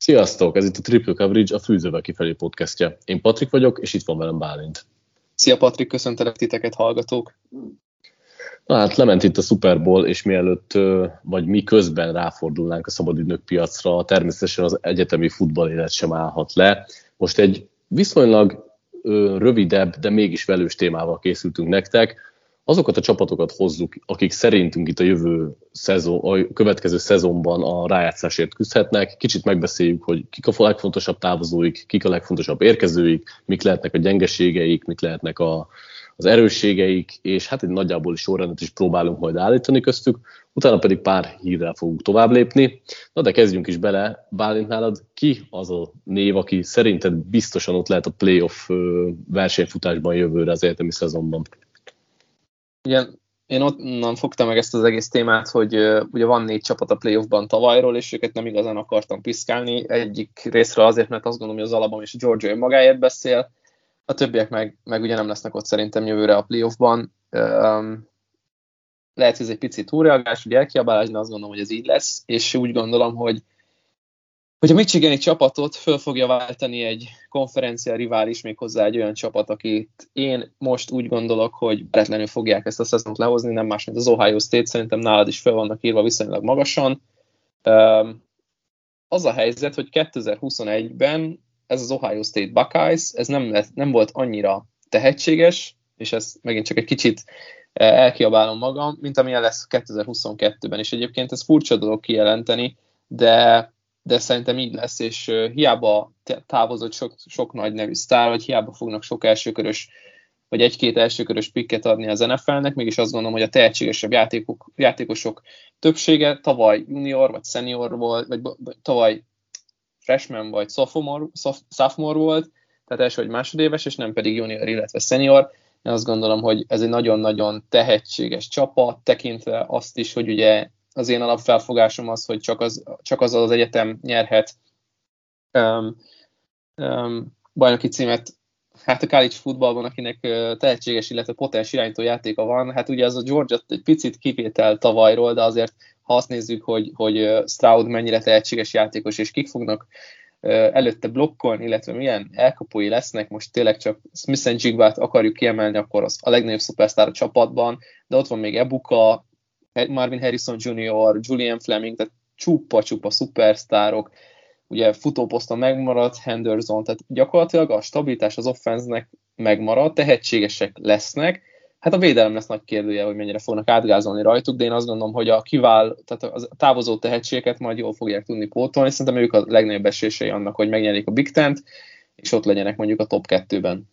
Sziasztok! Ez itt a Triple Coverage, a Fűzővel kifelé podcastja. Én Patrik vagyok, és itt van velem Bálint. Szia Patrik, köszöntelek titeket, hallgatók! Na hát lement itt a Super Bowl, és mielőtt, vagy mi közben ráfordulnánk a szabadügynök piacra, természetesen az egyetemi futballélet sem állhat le. Most egy viszonylag rövidebb, de mégis velős témával készültünk nektek. Azokat a csapatokat hozzuk, akik szerintünk itt a következő szezonban a rájátszásért küzdhetnek. Kicsit megbeszéljük, hogy kik a legfontosabb távozóik, kik a legfontosabb érkezőik, mik lehetnek a gyengeségeik, mik lehetnek az erősségeik, és hát egy nagyjából sorrendet is próbálunk majd állítani köztük, utána pedig pár hírrel fogunk tovább lépni. Na de kezdjünk is bele. Bálint, nálad ki az a név, aki szerinted biztosan ott lehet a playoff versenyfutásban jövőre az egyetemi szezonban? Igen, én onnan fogtam meg ezt az egész témát, hogy ugye van 4 csapat a playoffban tavalyról, és őket nem igazán akartam piszkálni. Egyik részről azért, mert azt gondolom, hogy az Alabama és a Georgia önmagáért beszél, a többiek meg ugye nem lesznek ott szerintem jövőre a playoffban. Lehet, hogy ez egy picit túlreagálás, ugye elkiabálás, de azt gondolom, hogy ez így lesz, és úgy gondolom, hogy a Michigani csapatot föl fogja váltani egy konferencia rivális, méghozzá egy olyan csapat, akit én most úgy gondolok, hogy veretlenül fogják ezt a szezont lehozni, nem más, mint az Ohio State, szerintem nálad is föl vannak írva viszonylag magasan. Az a helyzet, hogy 2021-ben ez az Ohio State Buckeyes, ez nem volt annyira tehetséges, és ezt megint csak egy kicsit elkiabálom magam, mint amilyen lesz 2022-ben, és egyébként ez furcsa dolog kijelenteni, de szerintem így lesz, és hiába távozott sok nagy nevű sztár, vagy hiába fognak sok elsőkörös, vagy egy-két elsőkörös pikket adni az NFL-nek, mégis azt gondolom, hogy a tehetségesebb játékosok többsége tavaly junior, vagy senior volt, vagy tavaly freshman, vagy sophomore volt, tehát első vagy másodéves, és nem pedig junior, illetve senior. Én azt gondolom, hogy ez egy nagyon-nagyon tehetséges csapat, tekintve azt is, hogy ugye az én alapfelfogásom az, hogy csak az egyetem nyerhet bajnoki címet, hát a college futballban, akinek tehetséges, illetve potens irányító játéka van, hát ugye az a Georgia egy picit kivétel tavalyról, de azért ha azt nézzük, hogy Stroud mennyire tehetséges játékos, és kik fognak előtte blokkolni, illetve milyen elkapói lesznek, most tényleg csak Smith-Njigbát akarjuk kiemelni, akkor az a legnagyobb szupersztár a csapatban, de ott van még Ebuka, Marvin Harrison Jr., Julian Fleming, tehát csupa szupersztárok, ugye futóposzton megmaradt, Henderson, tehát gyakorlatilag a stabilitás az offense-nek megmarad, tehetségesek lesznek, hát a védelem lesz nagy kérdője, hogy mennyire fognak átgázolni rajtuk, de én azt gondolom, hogy tehát a távozó tehetségeket majd jól fogják tudni pótolni, szerintem ők a legnagyobb esélyei annak, hogy megnyerik a Big Ten-t, és ott legyenek mondjuk a top 2-ben.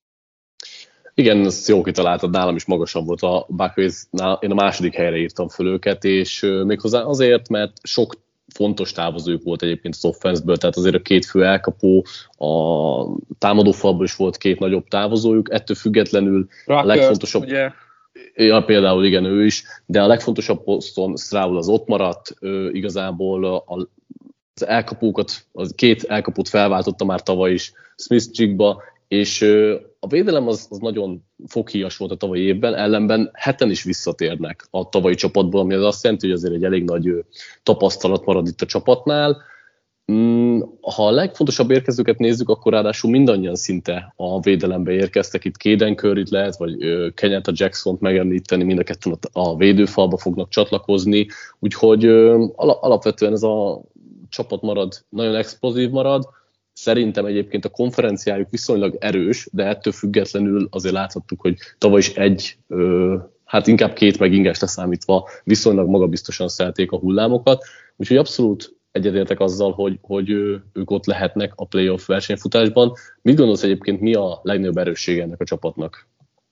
Igen, ezt jó kitaláltad, nálam is magasabb volt a Buckeyes-nál, én a második helyre írtam föl őket, és méghozzá azért, mert sok fontos távozójuk volt egyébként az offenszből, tehát azért a 2 fő elkapó, a támadófalból is volt 2 nagyobb távozójuk, ettől függetlenül Rucker, a legfontosabb... ugye? Ja, például igen, ő is, de a legfontosabb poszton Stroud az ott maradt, igazából az elkapókat, az 2 elkapót felváltotta már tavaly is Smith-Jigba, és a védelem az nagyon foghíjas volt a tavalyi évben, ellenben 7-en is visszatérnek a tavalyi csapatból, ami az azt jelenti, hogy azért egy elég nagy tapasztalat marad itt a csapatnál. Ha a legfontosabb érkezőket nézzük, akkor ráadásul mindannyian szinte a védelembe érkeztek. Itt Caden Curryt lehet, vagy Kenyatta Jackson-t megemlíteni, mind a kettőn a védőfalba fognak csatlakozni, úgyhogy alapvetően ez a csapat nagyon explozív marad. Szerintem egyébként a konferenciájuk viszonylag erős, de ettől függetlenül azért láthattuk, hogy tavaly is hát inkább 2 megingás leszámítva viszonylag magabiztosan szelték a hullámokat, úgyhogy abszolút egyetértek azzal, hogy ők ott lehetnek a playoff versenyfutásban. Mit gondolsz egyébként, mi a legnagyobb erőssége ennek a csapatnak?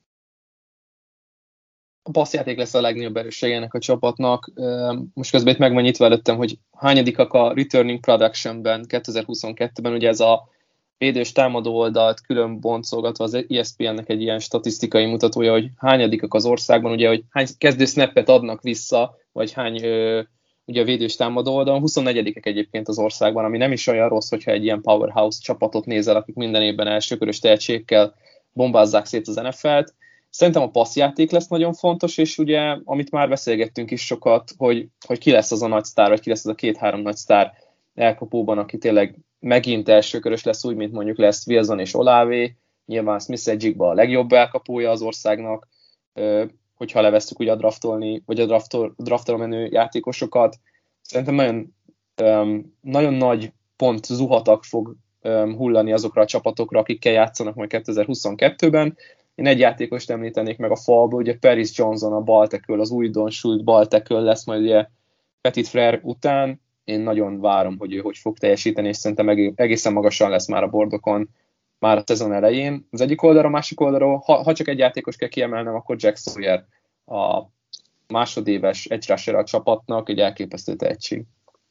A passzjáték lesz a legnagyobb erőssége ennek a csapatnak. Most közben itt meg van nyitva előttem, hogy hányadikak a returning productionben 2022-ben, ugye ez a védős támadó oldalt külön boncolgatva az ESPN-nek egy ilyen statisztikai mutatója, hogy hányadikak az országban, ugye, hogy hány kezdő snappet adnak vissza, vagy hány ugye a védős támadó oldalon, 24-ek egyébként az országban, ami nem is olyan rossz, hogyha egy ilyen powerhouse csapatot nézel, akik minden évben elsőkörös tehetségekkel bombázzák szét az NFL-t. Szerintem a passzjáték lesz nagyon fontos, és ugye, amit már beszélgettünk is sokat, hogy ki lesz az a nagy sztár, vagy ki lesz az a 2-3 nagy sztár elkapóban, aki tényleg megint elsőkörös lesz, úgy, mint mondjuk lesz Wilson és Olave. Nyilván Smith-Jigba a legjobb elkapója az országnak, hogyha levesszük ugye a draftolni, vagy a draftra menő játékosokat. Szerintem nagyon nagy pont zuhatag fog hullani azokra a csapatokra, akikkel játszanak majd 2022-ben. Én egy játékost említenék meg a falból, ugye Paris Johnson, a ball tackle, az újdonsült ball tackle lesz majd ugye Petit Frere után. Én nagyon várom, hogy ő hogy fog teljesíteni, és szerintem egészen magasan lesz már a bordokon már a szezon elején. Az egyik oldalra, a másik oldalról, ha csak egy játékos kell kiemelnem, akkor Jack Sawyer, a másodéves edge rusher a csapatnak, egy elképesztő tehetség.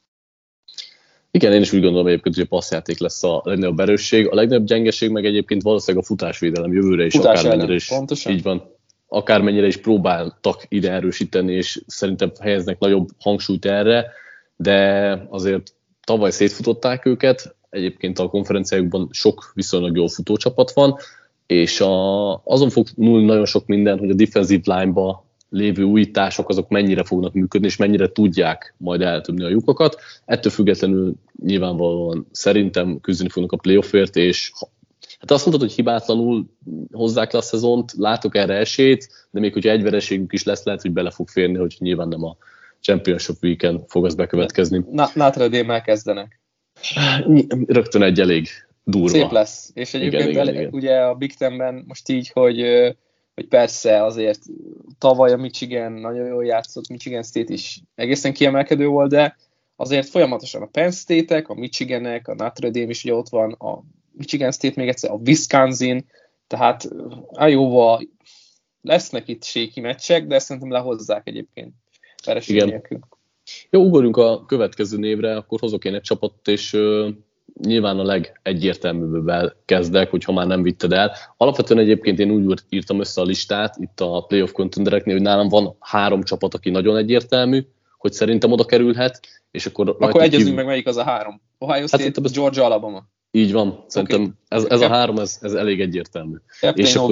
Igen, én is úgy gondolom egyébként, hogy a passzjáték lesz a legnagyobb erősség. A legnagyobb gyengeség meg egyébként valószínűleg a futásvédelem jövőre is, akármennyire is. Pontosan. Így van. Akármennyire is próbáltak ide erősíteni, és szerintem helyeznek nagyobb hangsúlyt erre, de azért tavaly szétfutották őket, egyébként a konferenciájukban sok viszonylag jól futócsapat van, és azon fog múlni nagyon sok minden, hogy a defensive line-ba lévő újítások azok mennyire fognak működni, és mennyire tudják majd eltömni a lyukakat. Ettől függetlenül nyilvánvalóan szerintem küzdeni fognak a playoffért, és hát azt mondtad, hogy hibátlanul hozzák le a szezont, látok erre esélyt, de még hogyha egy vereségük is lesz, lehet, hogy bele fog férni, hogy nyilván nem a Championship Weekend fog az bekövetkezni. Notre Dame-mel kezdenek. Rögtön egy elég durva. Szép lesz. És egyébként igen. Ugye a Big Tenben most így, hogy persze azért tavaly a Michigan nagyon jól játszott, Michigan State is egészen kiemelkedő volt, de azért folyamatosan a Penn State-ek, a Michiganek, a Notre Dame is ugye ott van, a Michigan State még egyszer, a Wisconsin, tehát Iowa lesznek itt séki meccsek, de szerintem lehozzák egyébként vereség nélkül. Jó, ugorjunk a következő névre, akkor hozok én egy csapatot, és nyilván a legegyértelműbből kezdek, hogyha már nem vitted el. Alapvetően egyébként én úgy írtam össze a listát itt a playoff contendereknél, hogy nálam van 3 csapat, aki nagyon egyértelmű, hogy szerintem oda kerülhet, és akkor egyezünk meg, melyik az a 3. Ohio State, Georgia, Alabama. Így van, szerintem ez a 3, ez elég egyértelmű. És akkor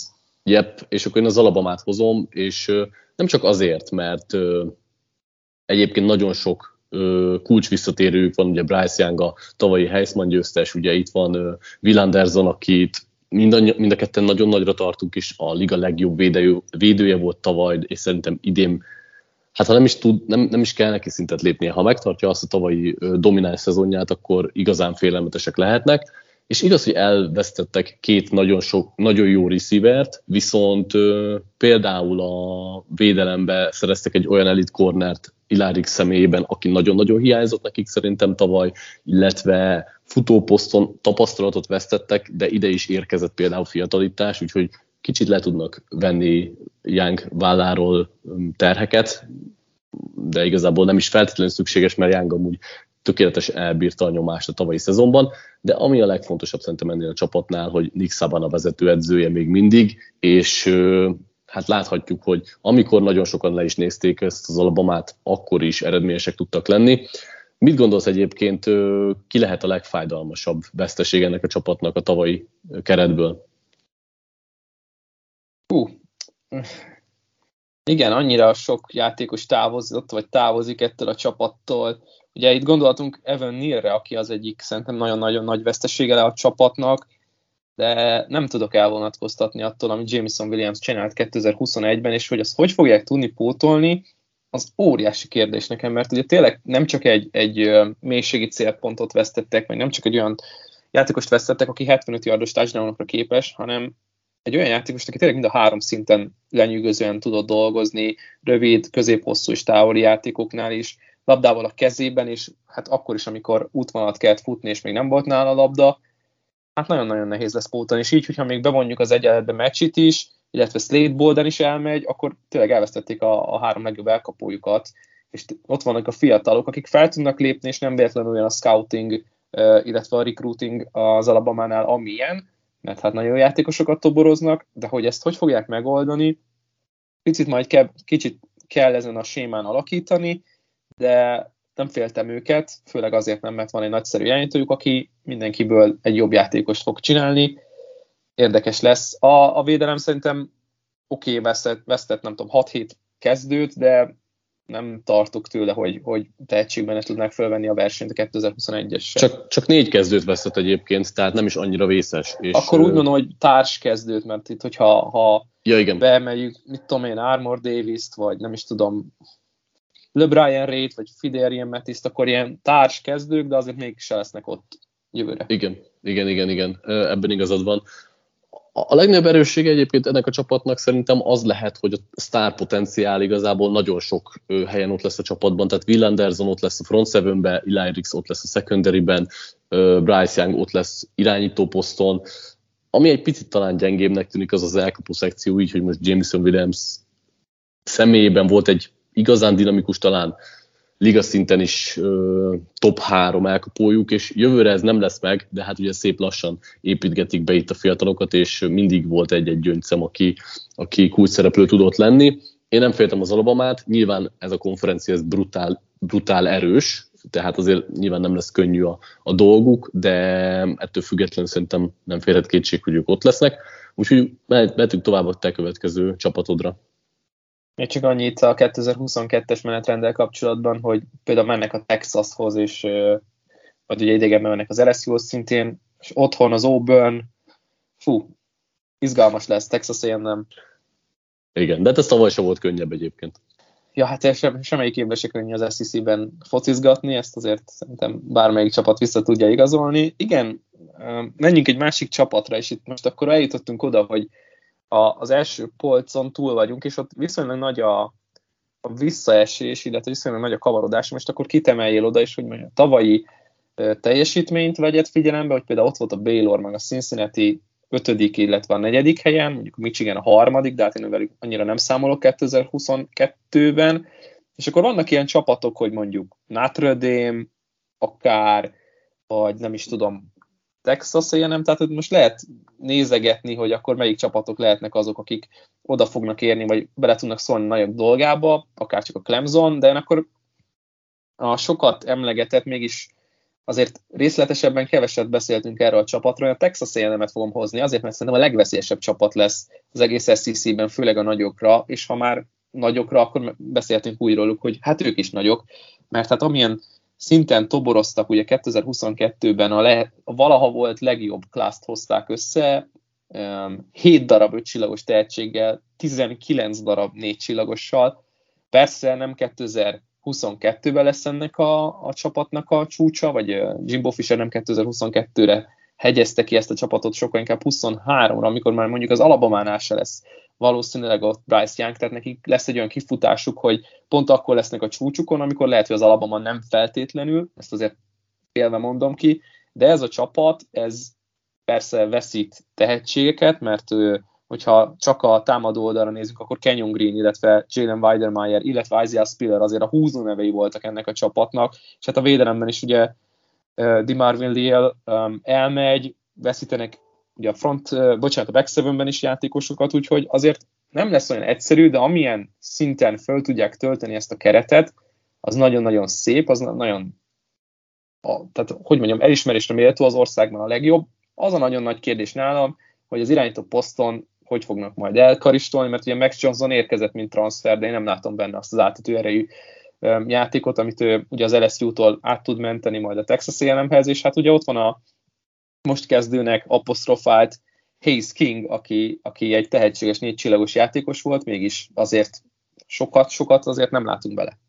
én az Alabamát hozom, és nem csak azért, mert egyébként nagyon sok kulcs visszatérőjük van, ugye Bryce Young a tavalyi Heisman győztes, ugye itt van Will Anderson, akit mind a ketten nagyon nagyra tartunk, és a liga legjobb védője volt tavaly, és szerintem idén, hát ha nem is kell neki szintet lépnie, ha megtartja azt a tavalyi domináns szezonját, akkor igazán félelmetesek lehetnek, és igaz, hogy elvesztettek 2 nagyon jó receivert, viszont például a védelembe szereztek egy olyan elite cornert Ilarik személyében, aki nagyon-nagyon hiányzott nekik szerintem tavaly, illetve futóposzton tapasztalatot vesztettek, de ide is érkezett például fiatalítás, úgyhogy kicsit le tudnak venni Young válláról terheket, de igazából nem is feltétlenül szükséges, mert Young amúgy tökéletesen elbírta a nyomást a tavalyi szezonban, de ami a legfontosabb szerintem ennél a csapatnál, hogy Nick Saban a vezetőedzője még mindig, és hát láthatjuk, hogy amikor nagyon sokan le is nézték ezt az Alabamát, akkor is eredményesek tudtak lenni. Mit gondolsz egyébként, ki lehet a legfájdalmasabb veszteség ennek a csapatnak a tavalyi keretből? Igen, annyira sok játékos távozott, vagy távozik ettől a csapattól. Ugye itt gondoltunk Evan Nealre, aki az egyik szerintem nagyon-nagyon nagy vesztesége a csapatnak, de nem tudok elvonatkoztatni attól, amit Jameson Williams csinált 2021-ben, és hogy azt hogy fogják tudni pótolni, az óriási kérdés nekem, mert ugye tényleg nem csak egy mélységi célpontot vesztettek, vagy nem csak egy olyan játékost vesztettek, aki 75 yardos touchdownokra képes, hanem egy olyan játékost, aki tényleg mind a 3 szinten lenyűgözően tudott dolgozni, rövid, középhosszú és távoli játékoknál is, labdával a kezében, és hát akkor is, amikor útvonalat kellett futni, és még nem volt nála a labda, hát nagyon-nagyon nehéz lesz pótolni, és így, hogyha még bevonjuk az egyenletbe Mecsit is, illetve Slade Bolden is elmegy, akkor tényleg elvesztették a 3 legjobb elkapójukat, és ott vannak a fiatalok, akik fel tudnak lépni, és nem véletlenül olyan a scouting, illetve a recruiting az Alabamánál amilyen, mert hát nagyon játékosokat toboroznak, de hogy ezt hogy fogják megoldani, kicsit kell ezen a sémán alakítani, de nem féltem őket, főleg azért nem, mert van egy nagyszerű irányítójuk, aki mindenkiből egy jobb játékost fog csinálni. Érdekes lesz. A védelem szerintem vesztett nem tudom, 6-7 kezdőt, de nem tartok tőle, hogy tehetségben ne tudnák felvenni a versenyt a 2021-essel. Csak 4 kezdőt veszett egyébként, tehát nem is annyira vészes. És akkor úgy mondom, hogy társ kezdőt, mert itt, hogyha ja, igen. beemeljük, mit tudom én, Armour Davis-t, vagy nem is tudom, LeBron Ray-t, vagy Fiderian Matisse-t, akkor ilyen társ kezdők, de azért mégis lesznek ott jövőre. Igen. Ebben igazad van. A legnagyobb erőssége egyébként ennek a csapatnak szerintem az lehet, hogy a sztár potenciál igazából nagyon sok helyen ott lesz a csapatban, tehát Will Anderson ott lesz a front sevenben, Eli Ricks ott lesz a secondaryben, Bryce Young ott lesz irányító poszton. Ami egy picit talán gyengébbnek tűnik, az az elkapó szekció, így, hogy most Jameson Williams személyében volt egy igazán dinamikus, talán liga szinten is top 3 elkapójuk, és jövőre ez nem lesz meg, de hát ugye szép lassan építgetik be itt a fiatalokat, és mindig volt egy-egy gyöngyszem, aki kulcsszereplő tudott lenni. Én nem féltem az Alabamát, nyilván ez a konferencia ez brutál erős, tehát azért nyilván nem lesz könnyű a dolguk, de ettől függetlenül szerintem nem férhet kétség, hogy ők ott lesznek. Úgyhogy mehetünk tovább a te következő csapatodra. Még csak annyit a 2022-es menetrenddel kapcsolatban, hogy például mennek a Texashoz, és vagy ugye idegenben mennek az LSU-hoz szintén, és otthon az Auburn, izgalmas lesz, Texas A&M. Igen, de ez tavaly sem volt könnyebb egyébként. Ja, hát semmelyik évben se könnyű az SEC-ben focizgatni, ezt azért szerintem bármelyik csapat vissza tudja igazolni. Igen, menjünk egy másik csapatra, és itt most akkor eljutottunk oda, hogy az első polcon túl vagyunk, és ott viszonylag nagy a visszaesés, illetve viszonylag nagy a kavarodás. Most akkor kitemeljél oda is, hogy a tavalyi teljesítményt vegyed figyelembe, hogy például ott volt a Baylor, meg a Cincinnati 5., illetve a 4. helyen, mondjuk a Michigan a 3., de hát én velük annyira nem számolok 2022-ben, és akkor vannak ilyen csapatok, hogy mondjuk Notre Dame, akár, vagy nem is tudom, Texas A&M, tehát most lehet nézegetni, hogy akkor melyik csapatok lehetnek azok, akik oda fognak érni, vagy bele tudnak szólni nagyobb dolgába, akár csak a Clemson, de én akkor a sokat emlegetett, mégis azért részletesebben keveset beszéltünk erről a csapatról, a Texas A&M-et fogom hozni, azért, mert szerintem a legveszélyesebb csapat lesz az egész SEC-ben, főleg a nagyokra, és ha már nagyokra, akkor beszéltünk úgy róluk, hogy hát ők is nagyok, mert hát amilyen szinten toboroztak, ugye 2022-ben a valaha volt legjobb klászt hozták össze, 7 darab 5 csillagos tehetséggel, 19 darab 4 csillagossal. Persze nem 2022-ben lesz ennek a csapatnak a csúcsa, vagy Jimbo Fisher nem 2022-re hegyezte ki ezt a csapatot, sokkal inkább 23-ra, amikor már mondjuk az Alabamánál se lesz valószínűleg ott Bryce Young, tehát nekik lesz egy olyan kifutásuk, hogy pont akkor lesznek a csúcsukon, amikor lehet, hogy az Alabama nem feltétlenül, ezt azért félve mondom ki, de ez a csapat, ez persze veszít tehetségeket, mert hogyha csak a támadó oldalra nézzük, akkor Kenyon Green, illetve Jalen Weidermeyer, illetve Isaiah Spiller azért a húzó nevei voltak ennek a csapatnak, és hát a védelemben is ugye DeMarvin Leal elmegy, veszítenek ugye a back sevenben is játékosokat, úgyhogy azért nem lesz olyan egyszerű, de amilyen szinten föl tudják tölteni ezt a keretet, az nagyon-nagyon szép, az nagyon, tehát hogy mondjam, elismerésre méltó az országban a legjobb. Az a nagyon nagy kérdés nálam, hogy az irányító poszton hogy fognak majd elkaristolni, mert ugye Max Johnson érkezett, mint transfer, de én nem látom benne azt az átütő erejű játékot, amit ő ugye az LSU-tól át tud menteni majd a Texas A&M-hez, és hát ugye ott van a most kezdőnek apostrofált Hayes King, aki egy tehetséges 4 csillagos játékos volt, mégis azért sokat azért nem látunk bele.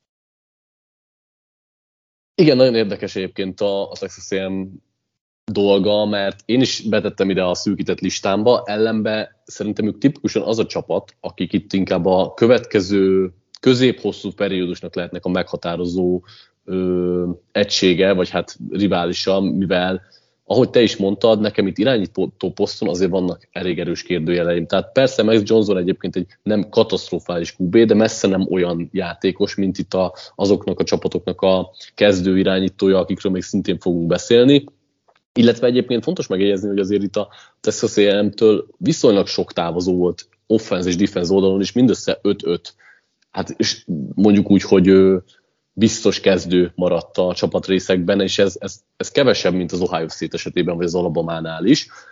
Igen, nagyon érdekes egyébként a Texas A&M dolga, mert én is betettem ide a szűkített listámba, ellenben szerintem ők tipikusan az a csapat, akik itt inkább a következő közép-hosszú periódusnak lehetnek a meghatározó egysége, vagy hát riválisa, mivel ahogy te is mondtad, nekem itt irányító poszton azért vannak elég erős kérdőjeleim. Tehát persze Max Johnson egyébként egy nem katasztrofális QB, de messze nem olyan játékos, mint itt azoknak a csapatoknak a kezdő irányítója, akikről még szintén fogunk beszélni. Illetve egyébként fontos megjegyezni, hogy azért itt a Texas A&M-től viszonylag sok távozó volt offense és defense oldalon is, mindössze 5-5. Hát és mondjuk úgy, hogy biztos kezdő maradt a csapatrészekben, és ez kevesebb, mint az Ohio State esetében, vagy az Alabamánál is.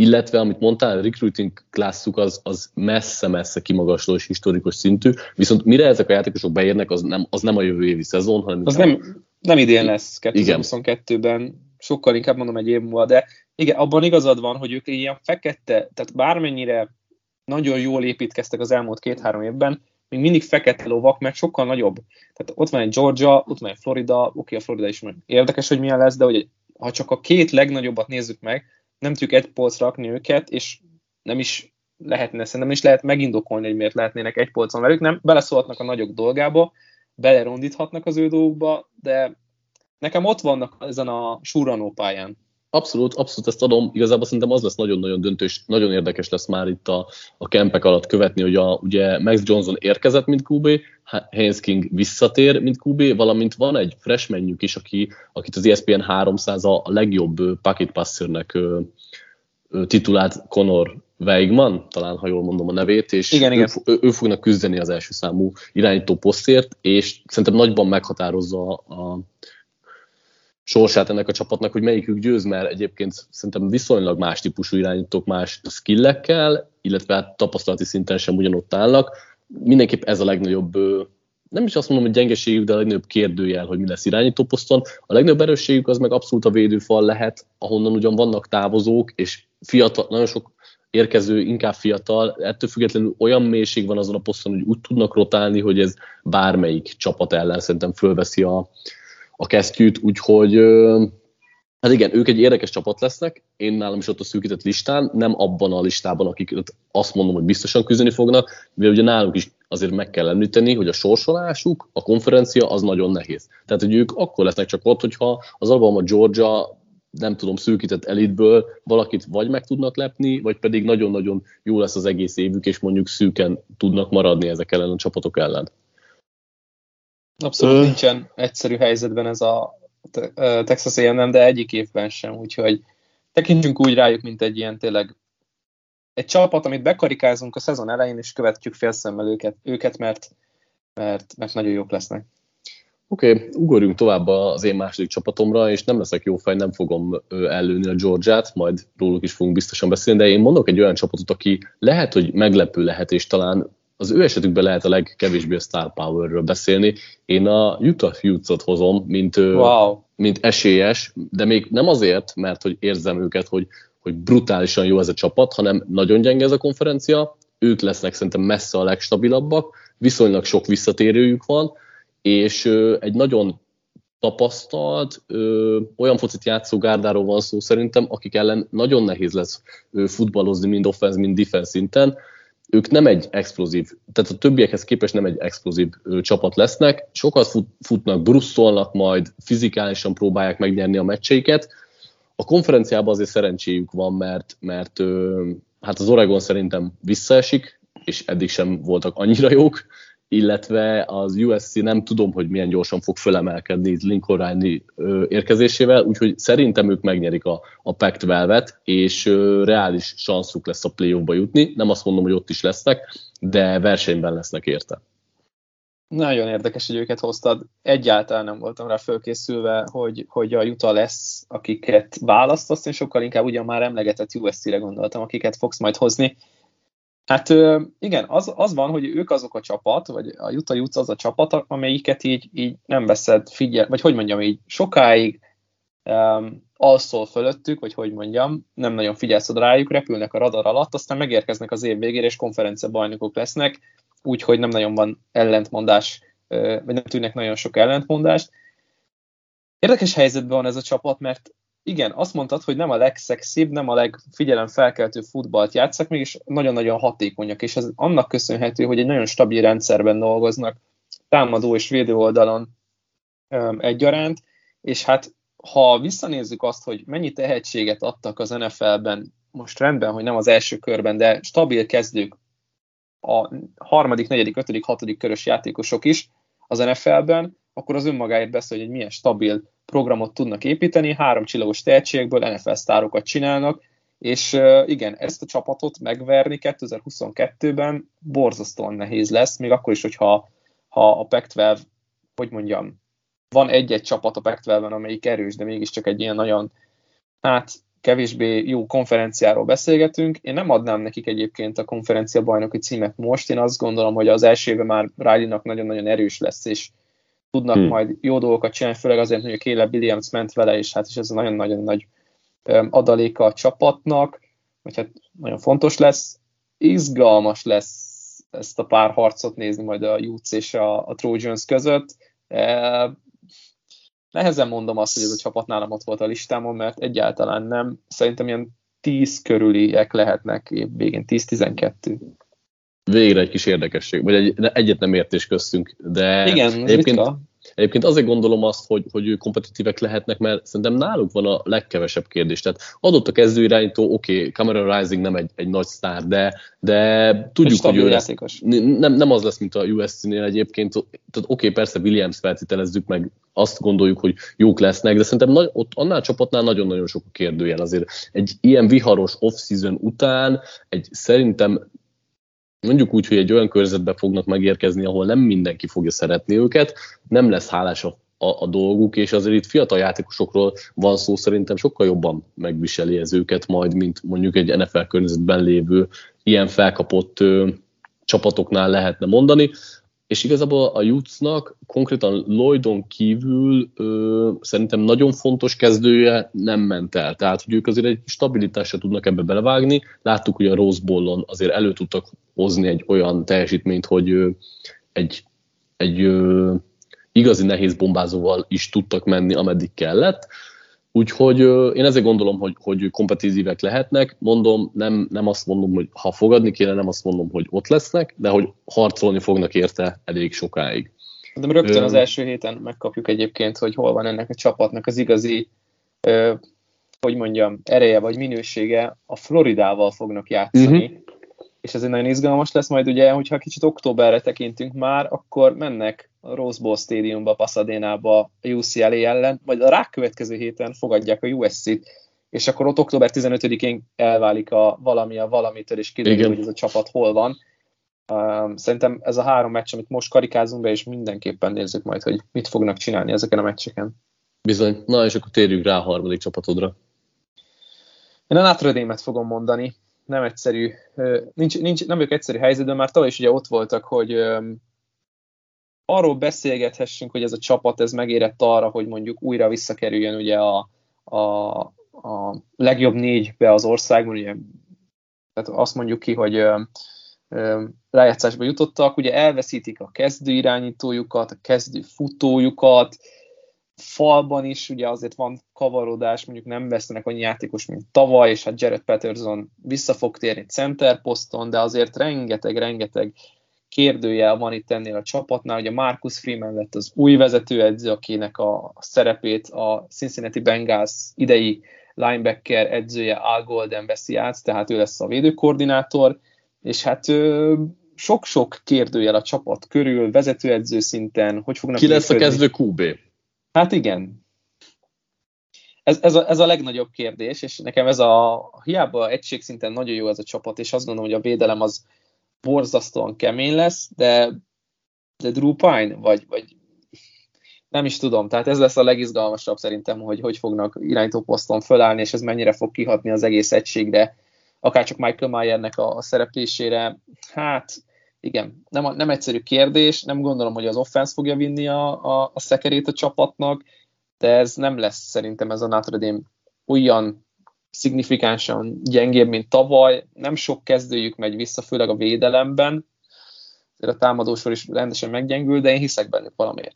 illetve, amit mondtál, a recruiting klasszuk az messze-messze kimagasló és historikus szintű, viszont mire ezek a játékosok beérnek, az nem a jövő évi szezon, hanem... Az nem idén lesz, 2022-ben, sokkal inkább mondom egy év múlva, de igen, abban igazad van, hogy ők ilyen fekete, tehát bármennyire nagyon jól építkeztek az elmúlt 2-3 évben, még mindig fekete lovak, mert sokkal nagyobb. Tehát ott van egy Georgia, ott van egy Florida, oké, a Florida is érdekes, hogy milyen lesz, de hogy ha csak a két legnagyobbat nézzük meg, nem tudjuk egy polcra rakni őket, és nem is lehetne, szerintem is lehet megindokolni, hogy miért lehetnének egy polcon velük, nem beleszólhatnak a nagyok dolgába, belerondíthatnak az ő dolgukba, de nekem ott vannak ezen a surranó pályán. Abszolút ezt adom. Igazából szerintem az lesz nagyon-nagyon döntő, és nagyon érdekes lesz már itt a kempek alatt követni, hogy ugye Max Johnson érkezett, mint QB, Haynes King visszatér, mint QB, valamint van egy freshmanjük is, akit az ESPN 300 a legjobb pocket passernek titulált Connor Weigman, talán ha jól mondom a nevét, és igen. Ő fognak küzdeni az első számú irányító posztért, és szerintem nagyban meghatározza a sorsát ennek a csapatnak, hogy melyikük győz, mert egyébként szerintem viszonylag más típusú irányítók, más skillekkel, illetve hát tapasztalati szinten sem ugyanott állnak. Mindenképp ez a legnagyobb, nem is azt mondom, hogy gyengeségük, de a legnagyobb kérdőjel, hogy mi lesz irányítóposzton. A legnagyobb erősségük az meg abszolút a védőfal lehet, ahonnan ugyan vannak távozók, és fiatal, nagyon sok érkező, inkább fiatal, ettől függetlenül olyan mélység van azon a poszton, hogy úgy tudnak rotálni, hogy ez bármelyik csapat ellen szerintem fölveszi a kesztyűt, úgyhogy hát igen, ők egy érdekes csapat lesznek, én nálam is ott a szűkített listán, nem abban a listában, akik azt mondom, hogy biztosan küzdeni fognak, de ugye náluk is azért meg kell említeni, hogy a sorsolásuk, a konferencia az nagyon nehéz. Tehát, hogy ők akkor lesznek csak ott, hogyha az Alabama, Georgia, nem tudom, szűkített elitből valakit vagy meg tudnak lepni, vagy pedig nagyon-nagyon jó lesz az egész évük, és mondjuk szűken tudnak maradni ezek ellen a csapatok ellen. Abszolút nincsen egyszerű helyzetben ez a Texas A&M, de egyik évben sem, úgyhogy tekintsünk úgy rájuk, mint egy ilyen tényleg egy csapat, amit bekarikázunk a szezon elején, és követjük félszemmel őket, mert nagyon jók lesznek. Oké, ugorjunk tovább az én második csapatomra, és nem leszek jó fej, nem fogom ellőni a Georgiát, majd róluk is fogunk biztosan beszélni, de én mondok egy olyan csapatot, aki lehet, hogy meglepő lehet, és talán az ő esetükben lehet a legkevésbé a Star Powerről beszélni. Én a Utah Utes-ot hozom, mint esélyes, de még nem azért, mert hogy érzem őket, hogy brutálisan jó ez a csapat, hanem nagyon gyenge ez a konferencia, ők lesznek szerintem messze a legstabilabbak, viszonylag sok visszatérőjük van, és egy nagyon tapasztalt, olyan focit játszó gárdáról van szó szerintem, akik ellen nagyon nehéz lesz futballozni, mind offense, mind defense szinten. Ők nem egy explozív, tehát a többiekhez képest nem egy explozív csapat lesznek, sokat futnak, brusszolnak, majd fizikálisan próbálják megnyerni a meccseiket. A konferenciában azért szerencséjük van, mert hát az Oregon szerintem visszaesik, és eddig sem voltak annyira jók, illetve az USC nem tudom, hogy milyen gyorsan fog fölemelkedni Lincoln Riley érkezésével, úgyhogy szerintem ők megnyerik a Pac-12-et, és reális sanszuk lesz a playoffba jutni. Nem azt mondom, hogy ott is lesznek, de versenyben lesznek érte. Nagyon érdekes, hogy őket hoztad. Egyáltalán nem voltam rá fölkészülve, hogy a Utah lesz, akiket választasz, és sokkal inkább ugyan már emlegetett USC-re gondoltam, akiket fogsz majd hozni. Hát igen, az van, hogy ők azok a csapat, vagy a Utah Utes az a csapat, amelyiket így nem veszed figyel, vagy hogy mondjam így, sokáig alszol fölöttük, vagy hogy mondjam, nem nagyon figyelsz oda rájuk, repülnek a radar alatt, aztán megérkeznek az év végére, és konferencia bajnokok lesznek, úgyhogy nem nagyon van ellentmondás, vagy nem tűnnek nagyon sok ellentmondást. Érdekes helyzetben van ez a csapat, mert igen, azt mondtad, hogy nem a legszexibb, nem a legfigyelemfelkeltő futballt játszak, mégis nagyon-nagyon hatékonyak, és ez annak köszönhető, hogy egy nagyon stabil rendszerben dolgoznak, támadó és védő oldalon egyaránt, és hát ha visszanézzük azt, hogy mennyi tehetséget adtak az NFL-ben, most rendben, hogy nem az első körben, de stabil kezdők, a 3., 4., 5., 6. körös játékosok is az NFL-ben, akkor az önmagáért beszél, hogy egy milyen stabil programot tudnak építeni, 3 csillagos tehetségből NFL sztárokat csinálnak, és igen, ezt a csapatot megverni 2022-ben borzasztóan nehéz lesz, még akkor is, hogyha a Pac-12, hogy mondjam, van egy-egy csapat a Pac-12-ben, amelyik erős, de mégiscsak egy ilyen nagyon, hát kevésbé jó konferenciáról beszélgetünk. Én nem adnám nekik egyébként a konferencia bajnoki címet most. Én azt gondolom, hogy az első évben már Riley-nak nagyon-nagyon erős lesz, és tudnak majd jó dolgokat csinálni, főleg azért, hogy a Caleb Williams ment vele, és hát is ez nagyon-nagyon nagy adaléka a csapatnak, vagy hát nagyon fontos lesz. Izgalmas lesz ezt a pár harcot nézni majd a Utes és a Trojans között. Nehezen mondom azt, hogy ez a csapat nálam ott volt a listámon, mert egyáltalán nem. Szerintem ilyen 10 körüliek lehetnek év végén, 10-12. Végre egy kis érdekesség, vagy egyet nem értés köztünk, de igen, egyébként azért gondolom azt, hogy kompetitívek lehetnek, mert szerintem náluk van a legkevesebb kérdés. Tehát adott a kezdőirányító, oké, Cameron Rising nem egy nagy sztár, de tudjuk, hogy ő lesz, nem az lesz, mint a USC-nél egyébként. Tehát oké, persze Williams feltételezzük meg, azt gondoljuk, hogy jók lesznek, de szerintem ott annál a csapatnál nagyon-nagyon sok a kérdőjel. Azért egy ilyen viharos off-season után szerintem mondjuk úgy, hogy egy olyan körzetbe fognak megérkezni, ahol nem mindenki fogja szeretni őket, nem lesz hálás a dolguk, és azért itt fiatal játékosokról van szó, szerintem sokkal jobban megviseli ez őket majd, mint mondjuk egy NFL környezetben lévő ilyen felkapott csapatoknál lehetne mondani. És igazából a Utesnak konkrétan Lloydon kívül szerintem nagyon fontos kezdője nem ment el. Tehát, hogy ők azért egy stabilitásra tudnak ebbe belevágni. Láttuk, hogy a Rose Bowl-on azért elő tudtak hozni egy olyan teljesítményt, hogy egy igazi nehéz bombázóval is tudtak menni, ameddig kellett. Úgyhogy én ezért gondolom, hogy kompetitívek lehetnek. Mondom, nem azt mondom, hogy ha fogadni kéne, nem azt mondom, hogy ott lesznek, de hogy harcolni fognak érte elég sokáig. De rögtön az első héten megkapjuk egyébként, hogy hol van ennek a csapatnak az igazi, ereje vagy minősége. A Floridával fognak játszani, és ez egy nagyon izgalmas lesz. Majd ugye, hogyha kicsit októberre tekintünk már, akkor mennek a Rose Bowl Stadiumba, Pasadenába a UCLA ellen, majd a rákövetkező héten fogadják a USC-t, és akkor ott október 15-én elválik a valamitől, és kiderül, hogy ez a csapat hol van. Szerintem ez a 3 meccs, amit most karikázunk be, és mindenképpen nézzük majd, hogy mit fognak csinálni ezeken a meccseken. Bizony. Na, és akkor térjük rá a harmadik csapatodra. Én a Notre Dame-et fogom mondani. Nem egyszerű, nem ők egyszerű helyzetben, már tavaly is ugye ott voltak, hogy arról beszélgethessünk, hogy ez a csapat ez megérett arra, hogy mondjuk újra visszakerüljön ugye a legjobb 4-be az országban, ugye, tehát azt mondjuk ki, hogy rájátszásba jutottak, ugye elveszítik a kezdő irányítójukat, a kezdő futójukat, falban is ugye azért van kavarodás, mondjuk nem vesznek annyi játékos, mint tavaly, és hát Jared Patterson vissza fog térni center poszton, de azért rengeteg kérdőjel van itt ennél a csapatnál. Ugye Marcus Freeman lett az új vezetőedző, akinek a szerepét a Cincinnati Bengals idei linebacker edzője Al Golden veszi át, tehát ő lesz a védőkoordinátor, és hát sok-sok kérdőjel a csapat körül, vezetőedző szinten, hogy fognak... Ki lesz a kezdő QB? Hát igen. Ez a legnagyobb kérdés, és nekem hiába egységszinten nagyon jó ez a csapat, és azt gondolom, hogy a védelem az borzasztóan kemény lesz, de Drew Pine, vagy nem is tudom, tehát ez lesz a legizgalmasabb szerintem, hogy fognak irányító poszton fölállni, és ez mennyire fog kihatni az egész egységre, akárcsak Michael Mayernek a szereplésére. Hát igen, nem egyszerű kérdés, nem gondolom, hogy az offense fogja vinni a szekerét a csapatnak, de ez nem lesz szerintem ez a Notre Dame olyan szignifikánsan gyengébb, mint tavaly. Nem sok kezdőjük megy vissza, főleg a védelemben. A támadósor is rendesen meggyengül, de én hiszek bennük valamiért.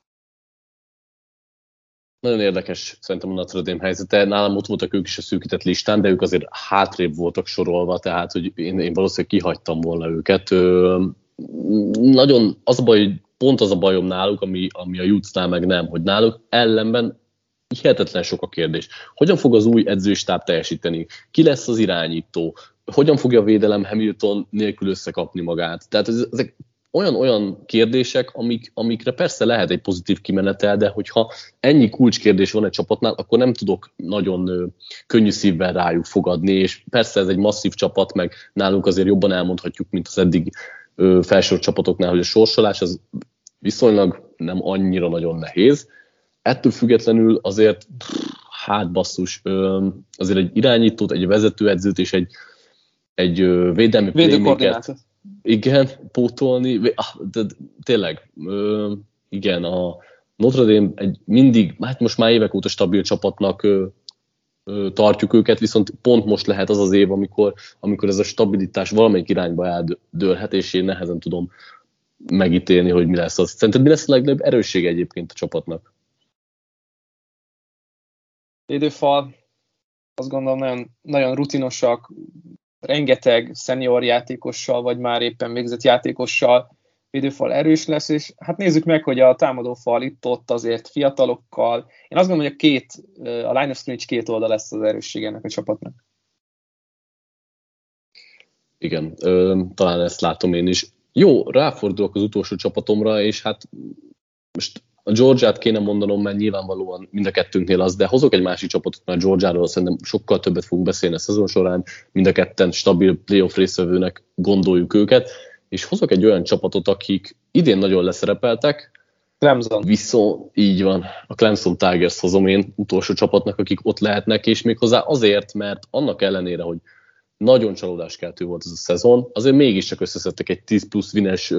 Nagyon érdekes szerintem a Notre Dame helyzete. Nálam ott voltak ők is a szűkített listán, de ők azért hátrébb voltak sorolva, tehát hogy én valószínűleg kihagytam volna őket. Nagyon az a baj, hogy pont az a bajom náluk, ami a Utesnál meg nem, hogy náluk ellenben hihetetlen sok a kérdés. Hogyan fog az új edzőstáb teljesíteni? Ki lesz az irányító? Hogyan fogja a védelem Hamilton nélkül összekapni magát? Tehát ezek olyan kérdések, amikre persze lehet egy pozitív kimenetel, de hogyha ennyi kulcskérdés van egy csapatnál, akkor nem tudok nagyon könnyű szívvel rájuk fogadni, és persze ez egy masszív csapat, meg nálunk azért jobban elmondhatjuk, mint az eddig felsorolt csapatoknál, hogy a sorsolás az viszonylag nem annyira nagyon nehéz. Ettől függetlenül azért hát basszus, azért egy irányítót, egy vezetőedzőt és egy védelmi playmakert, igen, pótolni, de tényleg, igen, a Notre Dame mindig, hát most már évek óta stabil csapatnak tartjuk őket, viszont pont most lehet az az év, amikor ez a stabilitás valamelyik irányba eldőlhet, és én nehezen tudom megítélni, hogy mi lesz az. Szerinted mi lesz a legnagyobb erőssége egyébként a csapatnak? Védőfal, azt gondolom nagyon, nagyon rutinosak, rengeteg senior játékossal, vagy már éppen végzett játékossal védőfal erős lesz, és hát nézzük meg, hogy a támadófal itt-ott azért fiatalokkal. Én azt gondolom, hogy a line of scrimmage két oldal lesz az erősség ennek a csapatnak. Igen, talán ezt látom én is. Jó, ráfordulok az utolsó csapatomra, és hát most a Georgiát kéne mondanom, mert nyilvánvalóan mind a kettőnknél az, de hozok egy másik csapatot, mert Georgiáról szerintem sokkal többet fogunk beszélni a szezon során, mind a ketten stabil playoff résztvevőnek gondoljuk őket, és hozok egy olyan csapatot, akik idén nagyon leszerepeltek, Clemson. Viszont így van, a Clemson Tigers hozom én utolsó csapatnak, akik ott lehetnek, és méghozzá azért, mert annak ellenére, hogy nagyon csalódáskeltő volt ez a szezon, azért mégiscsak összeszedtek egy 10 plusz wines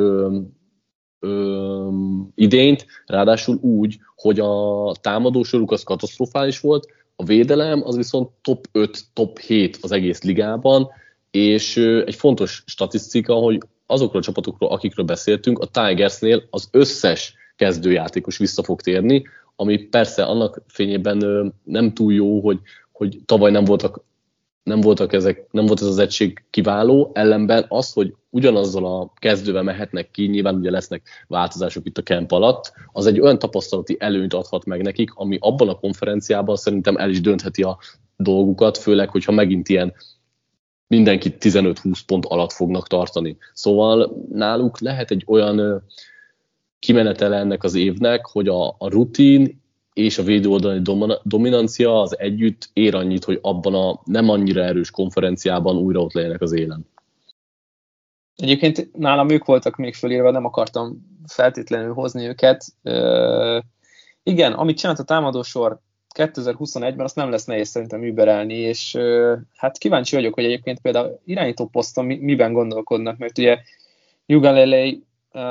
idényt, ráadásul úgy, hogy a támadósoruk az katasztrofális volt, a védelem az viszont top 5, top 7 az egész ligában, és egy fontos statisztika, hogy azokról a csapatokról, akikről beszéltünk, a Tigersnél az összes kezdőjátékos vissza fog térni, ami persze annak fényében nem túl jó, hogy tavaly nem volt ez az egység kiváló, ellenben az, hogy ugyanazzal a kezdővel mehetnek ki, nyilván ugye lesznek változások itt a camp alatt, az egy olyan tapasztalati előnyt adhat meg nekik, ami abban a konferenciában szerintem el is döntheti a dolgukat, főleg, hogyha megint ilyen mindenki 15-20 pont alatt fognak tartani. Szóval náluk lehet egy olyan kimenetele ennek az évnek, hogy a rutin és a védőoldali dominancia az együtt ér annyit, hogy abban a nem annyira erős konferenciában újra ott legyenek az élen. Egyébként nálam ők voltak még fölírva, nem akartam feltétlenül hozni őket. Igen, amit csinált a támadósor 2021-ben, azt nem lesz nehéz szerintem überelni, és hát kíváncsi vagyok, hogy egyébként például irányító poszton miben gondolkodnak, mert ugye Ugalele,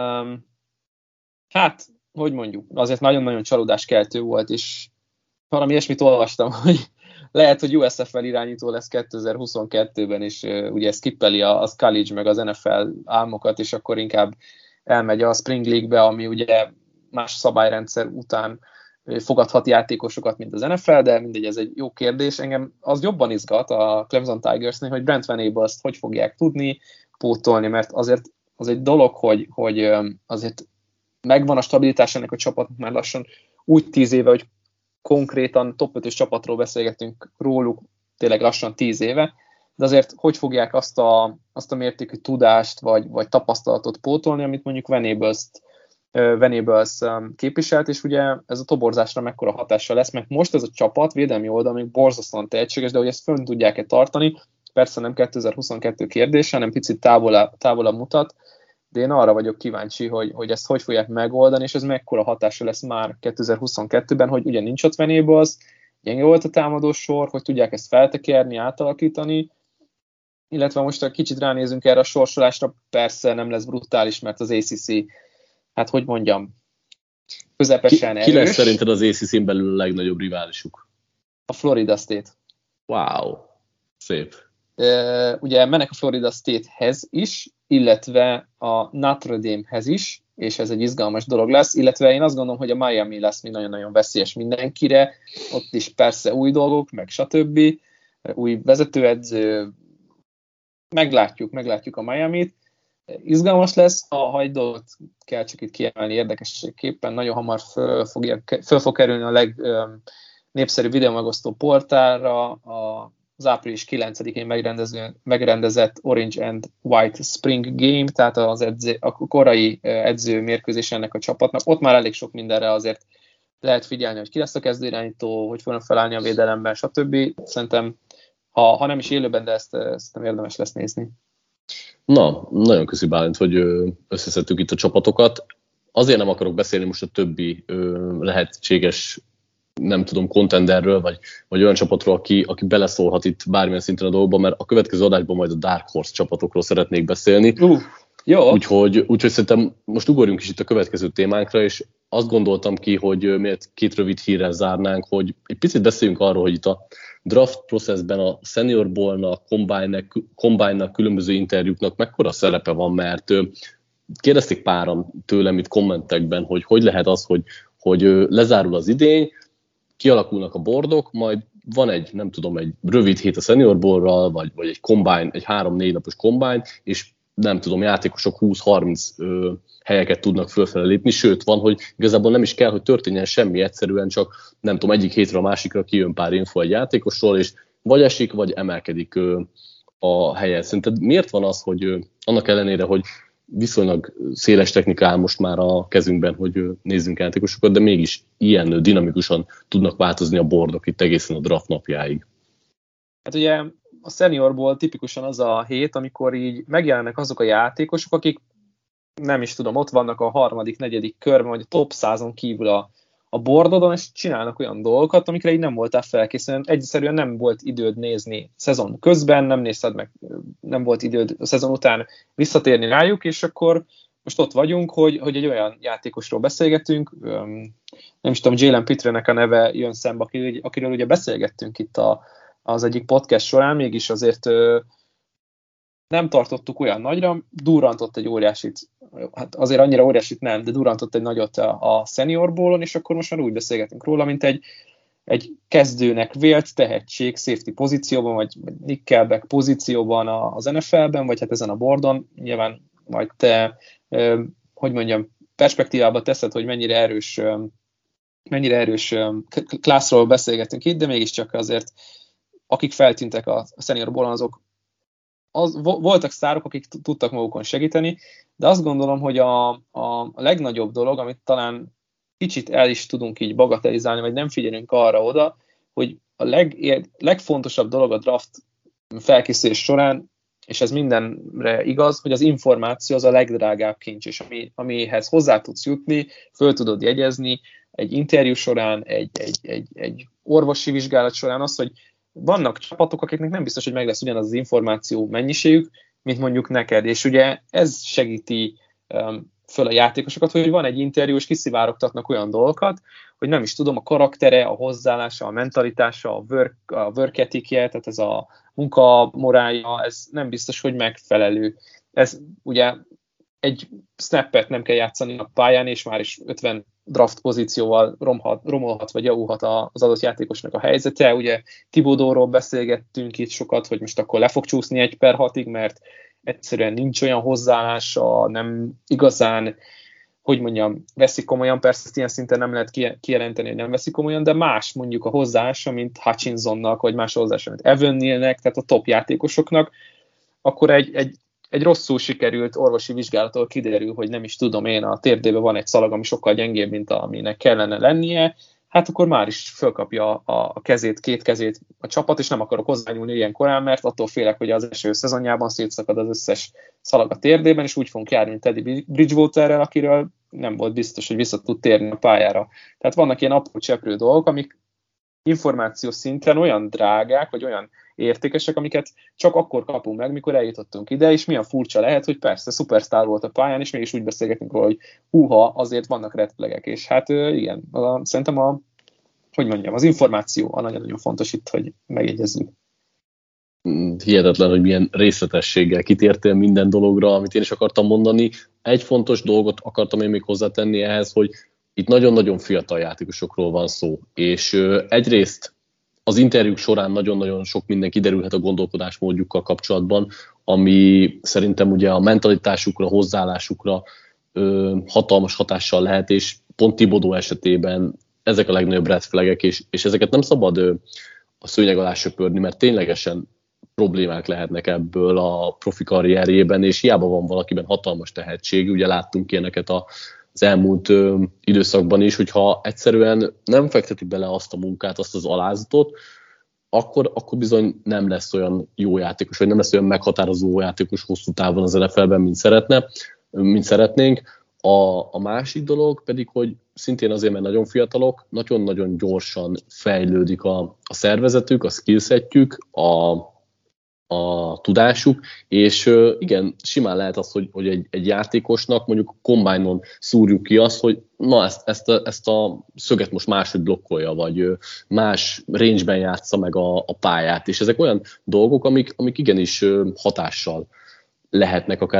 hát, hogy mondjuk, azért nagyon-nagyon csalódáskeltő volt, és valami ilyesmit olvastam, hogy lehet, hogy USFL irányító lesz 2022-ben, és ugye skippeli a college meg az NFL álmokat, és akkor inkább elmegy a Spring League-be, ami ugye más szabályrendszer után fogadhat játékosokat, mint az NFL, de mindegy, ez egy jó kérdés. Engem az jobban izgat a Clemson Tigersnél, hogy Brent Venables-t hogy fogják tudni pótolni, mert azért az egy dolog, hogy azért megvan a stabilitás ennek a csapatnak már lassan úgy 10 éve, hogy konkrétan top 5-ös csapatról beszélgetünk róluk tényleg lassan 10 éve, de azért hogy fogják azt a mértékű tudást vagy tapasztalatot pótolni, amit mondjuk Venables képviselt, és ugye ez a toborzásra mekkora hatással lesz, mert most ez a csapat védelmi oldal még borzasztóan tehetséges, de hogy ezt fönn tudják-e tartani, persze nem 2022 kérdése, hanem picit távolabb mutat, de én arra vagyok kíváncsi, hogy ezt hogy fogják megoldani, és ez mekkora hatása lesz már 2022-ben, hogy ugye nincs ott Venables, gyenge volt a támadósor, hogy tudják ezt feltekerni, átalakítani, illetve most ha kicsit ránézünk erre a sorsolásra, persze nem lesz brutális, mert az ACC, hát hogy mondjam, közepesen erős. Ki lesz szerinted az ACC-n belül a legnagyobb riválisuk? A Florida State. Wow, szép. Ugye mennek a Florida State-hez is, illetve a Notre Dame-hez is, és ez egy izgalmas dolog lesz, illetve én azt gondolom, hogy a Miami lesz még nagyon-nagyon veszélyes mindenkire, ott is persze új dolgok, meg stb. Új vezetőedző, meglátjuk a Miamit. Izgalmas lesz, ha egy dolgot kell csak itt kiemelni érdekességképpen, nagyon hamar föl fog kerülni a legnépszerűbb videómegosztó portálra, az április 9-én megrendezett Orange and White Spring Game, tehát a korai edző mérkőzés ennek a csapatnak. Ott már elég sok mindenre azért lehet figyelni, hogy ki lesz a kezdőirányító, hogy fognak felállni a védelemben, stb. Szerintem, ha nem is élőben, de ezt szerintem érdemes lesz nézni. Na, nagyon köszi Bálint, hogy összeszedtük itt a csapatokat. Azért nem akarok beszélni most a többi lehetséges nem tudom, contenderről, vagy olyan csapatról, aki beleszólhat itt bármilyen szinten a dolgokba, mert a következő adásban majd a Dark Horse csapatokról szeretnék beszélni. Jó. Úgyhogy szerintem most ugorjunk is itt a következő témánkra, és azt gondoltam ki, hogy miért 2 rövid hírrel zárnánk, hogy egy picit beszéljünk arról, hogy itt a draft processben a Senior Bowl-nak, Combine-nak, különböző interjúknak mekkora szerepe van, mert kérdezték páran tőlem itt kommentekben, hogy lehet az, hogy lezárul az idény, kialakulnak a boardok, majd van egy rövid hét a Senior Bowl-ral, vagy egy combine, egy 3-4 napos combine, és nem tudom, játékosok 20-30 helyeket tudnak fölfele lépni, sőt van, hogy igazából nem is kell, hogy történjen semmi, egyszerűen csak nem tudom, egyik hétre a másikra kijön pár info egy játékosról, és vagy esik, vagy emelkedik a helye. Szerinted miért van az, hogy annak ellenére, hogy viszonylag széles technika áll most már a kezünkben, hogy nézzünk játékosokat, de mégis ilyen dinamikusan tudnak változni a boardok itt egészen a draft napjáig? Hát ugye a Seniorból tipikusan az a hét, amikor így megjelennek azok a játékosok, akik nem is tudom, ott vannak a 3.-4. körben, vagy a top 100-on kívül a boardodon, és csinálnak olyan dolgokat, amikre így nem voltál felkészülni. Egyszerűen nem volt időd nézni szezon közben, nem nézted meg, nem volt időd a szezon után visszatérni rájuk, és akkor most ott vagyunk, hogy egy olyan játékosról beszélgetünk, nem is tudom, Jalen Pitrenek a neve jön szembe, akiről ugye beszélgettünk itt az egyik podcast során, mégis azért nem tartottuk olyan nagyra, durrantott egy óriásit, hát azért annyira óriásit nem, de durrantott egy nagyot a Senior Bowl-on, és akkor most már úgy beszélgetünk róla, mint egy kezdőnek vélt tehetség safety pozícióban, vagy nickelback pozícióban az NFL-ben, vagy hát ezen a boardon. Nyilván majd te, hogy mondjam, perspektívába teszed, hogy mennyire erős classról beszélgetünk itt, de mégiscsak azért akik feltűntek a Senior Bowl-on, azok voltak sztárok, akik tudtak magukon segíteni, de azt gondolom, hogy a legnagyobb dolog, amit talán kicsit el is tudunk így bagatelizálni, vagy nem figyelünk arra oda, hogy a legfontosabb dolog a draft felkészülés során, és ez mindenre igaz, hogy az információ az a legdrágább kincs, és amihez hozzá tudsz jutni, föl tudod jegyezni egy interjú során, egy orvosi vizsgálat során az, hogy vannak csapatok, akiknek nem biztos, hogy meg lesz ugyanaz az információ mennyiségük, mint mondjuk neked, és ugye ez segíti föl a játékosokat, hogy van egy interjú, és kiszivárogtatnak olyan dolgokat, hogy nem is tudom, a karaktere, a hozzáállása, a mentalitása, a work ethicje, tehát ez a munkamorálja, ez nem biztos, hogy megfelelő. Ez ugye egy snappet nem kell játszani a pályán, és már is 50 draft pozícióval romolhat vagy javulhat az adott játékosnak a helyzete. Ugye Thibodeauról beszélgettünk itt sokat, hogy most akkor le fog csúszni 1/6-ig, mert egyszerűen nincs olyan hozzáállása, nem igazán, hogy mondjam, veszik komolyan, persze ezt ilyen szinten nem lehet kijelenteni, hogy nem veszik komolyan, de más mondjuk a hozzáállása, mint Hutchinsonnak, vagy más hozzáállása, mint Evan Nealnek, tehát a top játékosoknak, akkor egy rosszul sikerült orvosi vizsgálattól kiderül, hogy nem is tudom én, a térdében van egy szalag, ami sokkal gyengébb, mint aminek kellene lennie, hát akkor már is fölkapja a kezét, 2 kezét a csapat, és nem akarok hozzányúlni ilyen korán, mert attól félek, hogy az első szezonjában szétszakad az összes szalag a térdében, és úgy fogunk járni, mint Teddy Bridgewaterrel, akiről nem volt biztos, hogy vissza tud térni a pályára. Tehát vannak ilyen apró cseprő dolgok, amik információs szinten olyan drágák, vagy olyan értékesek, amiket csak akkor kapunk meg, mikor eljutottunk ide, és milyen furcsa lehet, hogy persze szupersztár volt a pályán, és mégis úgy beszélgetünk róla, hogy húha, azért vannak red flagek, és hát igen, szerintem az információ a nagyon-nagyon fontos itt, hogy megjegyezzük. Hihetetlen, hogy milyen részletességgel kitértél minden dologra, amit én is akartam mondani. Egy fontos dolgot akartam én még hozzátenni ehhez, hogy itt nagyon-nagyon fiatal játékosokról van szó, és egyrészt az interjúk során nagyon-nagyon sok minden kiderülhet a gondolkodásmódjukkal kapcsolatban, ami szerintem ugye a mentalitásukra, hozzáállásukra hatalmas hatással lehet, és pont Thibodeau esetében ezek a legnagyobb red flagek, és ezeket nem szabad a szőnyeg alá söpörni, mert ténylegesen problémák lehetnek ebből a profi karrierjében, és hiába van valakiben hatalmas tehetség, ugye láttunk ilyeneket az elmúlt időszakban is, hogyha egyszerűen nem fekteti bele azt a munkát, azt az alázatot, akkor bizony nem lesz olyan jó játékos, vagy nem lesz olyan meghatározó játékos hosszú távon az NFL-ben, mint szeretnénk. A másik dolog pedig, hogy szintén azért, mert nagyon fiatalok, nagyon-nagyon gyorsan fejlődik a szervezetük, a skillsetjük, a tudásuk, és igen, simán lehet az, hogy egy játékosnak mondjuk Combine-on szúrjuk ki azt, hogy na ezt a szöget most máshogy blokkolja, vagy más range-ben játsza meg a pályát, és ezek olyan dolgok, amik igenis hatással lehetnek akár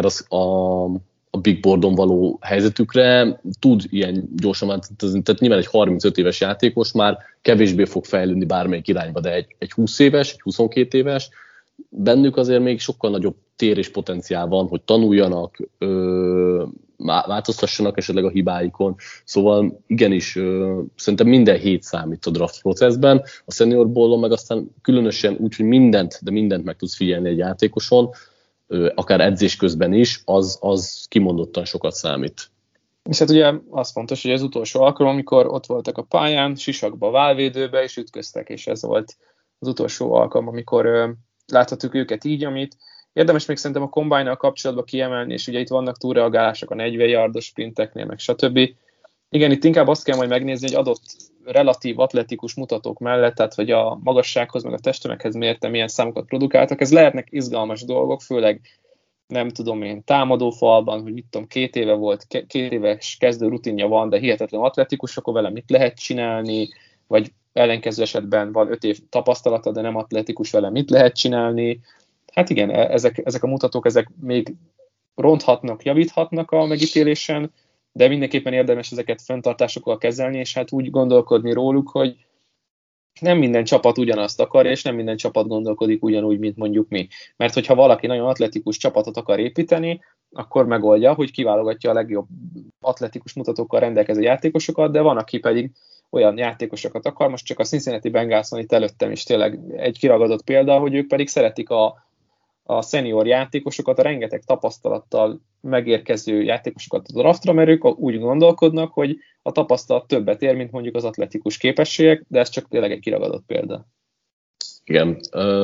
a big boardon való helyzetükre, tud ilyen gyorsan, tehát nyilván egy 35 éves játékos már kevésbé fog fejlődni bármelyik irányba, de egy 20 éves, egy 22 éves, bennük azért még sokkal nagyobb tér és potenciál van, hogy tanuljanak, változtassanak esetleg a hibáikon. Szóval igenis, szerintem minden hét számít a draft processben. A senior ballon meg aztán különösen úgy, hogy mindent meg tudsz figyelni egy játékoson, akár edzés közben is, az kimondottan sokat számít. És hát ugye az fontos, hogy az utolsó alkalom, amikor ott voltak a pályán, sisakba, válvédőbe, és ütköztek, és ez volt az utolsó alkalom, amikor láthatjuk őket így, amit érdemes még szerintem a Combine-nal kapcsolatban kiemelni, és ugye itt vannak túlreagálások a 40 yardos sprinteknél, meg stb. Igen, itt inkább azt kell majd megnézni, hogy adott relatív atletikus mutatók mellett, tehát hogy a magassághoz, meg a testtömeghez mérte milyen számokat produkáltak, ez lehetnek izgalmas dolgok, főleg nem tudom én, támadófalban, hogy mit tudom, 2 éve volt, 2 éves kezdő rutinja van, de hihetetlen atletikus, akkor vele mit lehet csinálni, vagy ellenkező esetben van 5 év tapasztalata, de nem atletikus, vele mit lehet csinálni. Hát igen, ezek a mutatók, ezek még ronthatnak, javíthatnak a megítélésen, de mindenképpen érdemes ezeket fenntartásokkal kezelni, és hát úgy gondolkodni róluk, hogy nem minden csapat ugyanazt akar, és nem minden csapat gondolkodik ugyanúgy, mint mondjuk mi. Mert hogyha valaki nagyon atletikus csapatot akar építeni, akkor megoldja, hogy kiválogatja a legjobb atletikus mutatókkal rendelkező játékosokat, de van, aki pedig olyan játékosokat akar, most csak a Cincinnati Bengalson itt előttem is tényleg egy kiragadott példa, hogy ők pedig szeretik a senior játékosokat, a rengeteg tapasztalattal megérkező játékosokat a draftra, mert ők úgy gondolkodnak, hogy a tapasztalat többet ér, mint mondjuk az atletikus képességek, de ez csak tényleg egy kiragadott példa. Igen.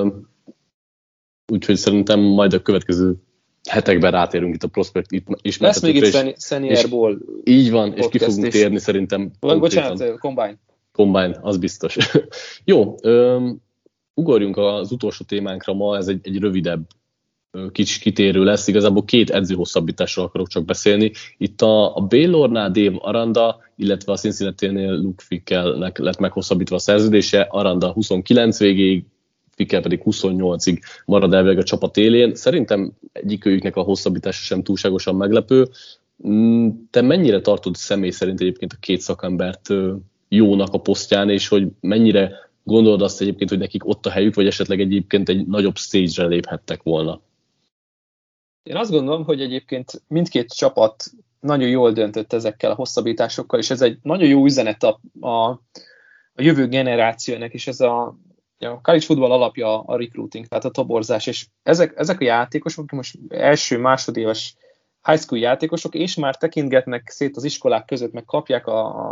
Úgyhogy szerintem majd a következő hetekben rátérünk itt a prospekt ismertetőkre. Lesz még itt Senior Bowl. Így van, és ki fogunk térni szerintem. Bocsánat, Combine. Combine, az biztos. Jó, ugorjunk az utolsó témánkra ma, ez egy rövidebb kicsi kitérő lesz, igazából 2 edzőhosszabbításról akarok csak beszélni. Itt a Baylornál Dave Aranda, illetve a Cincinnati-nél Luke Fickellnek lett meghosszabbítva a szerződése, Aranda 29 végéig, Fickel pedig 28-ig marad elvileg a csapat élén. Szerintem egyikőjüknek a hosszabbítása sem túlságosan meglepő. Te mennyire tartod személy szerint egyébként a 2 szakembert jónak a posztján, és hogy mennyire gondolod azt egyébként, hogy nekik ott a helyük, vagy esetleg egyébként egy nagyobb stage-re léphettek volna? Én azt gondolom, hogy egyébként mindkét csapat nagyon jól döntött ezekkel a hosszabbításokkal, és ez egy nagyon jó üzenet a jövő generációnak, és ez a college football alapja a recruiting, tehát a toborzás, és ezek a játékosok, most első, másodéves high school játékosok, és már tekintgetnek szét az iskolák között, meg kapják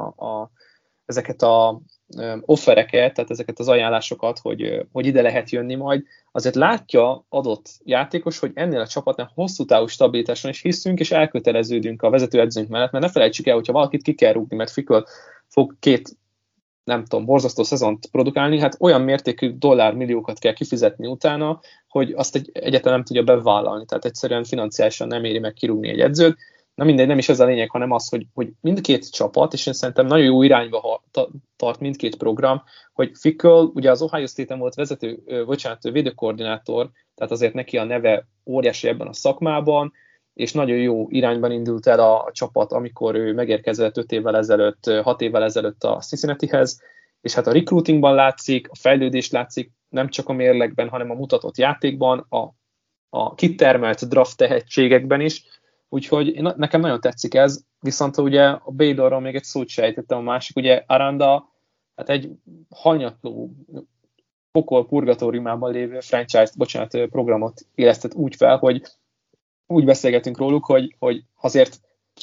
ezeket a offereket, tehát ezeket az ajánlásokat, hogy ide lehet jönni majd, azért látja adott játékos, hogy ennél a csapatnál hosszú távú stabilitáson is hiszünk, és elköteleződünk a vezetőedzőnk mellett, mert ne felejtsük el, hogyha valakit ki kell rúgni, mert Fickell fog 2, nem tudom, borzasztó szezont produkálni, hát olyan mértékű dollármilliókat kell kifizetni utána, hogy azt egyáltalán nem tudja bevállalni, tehát egyszerűen financiálisan nem éri meg kirúgni egy edzőt. Na mindegy, nem is ez a lényeg, hanem az, hogy mindkét csapat, és én szerintem nagyon jó irányba tart mindkét program, hogy Fickell, ugye az Ohio State-en volt védőkoordinátor, tehát azért neki a neve óriási ebben a szakmában, és nagyon jó irányban indult el a csapat, amikor ő megérkezett 6 évvel ezelőtt a Cincinnatihez, és hát a recruitingban látszik, a fejlődés látszik, nem csak a mérlegben, hanem a mutatott játékban, a kitermelt draft tehetségekben is, úgyhogy nekem nagyon tetszik ez, viszont ugye a Baylorról még egy szót sejtettem, a másik, ugye Aranda, hát egy hanyatló pokol purgatóriumában lévő programot élesztett úgy fel, hogy úgy beszélgetünk róluk, hogy azért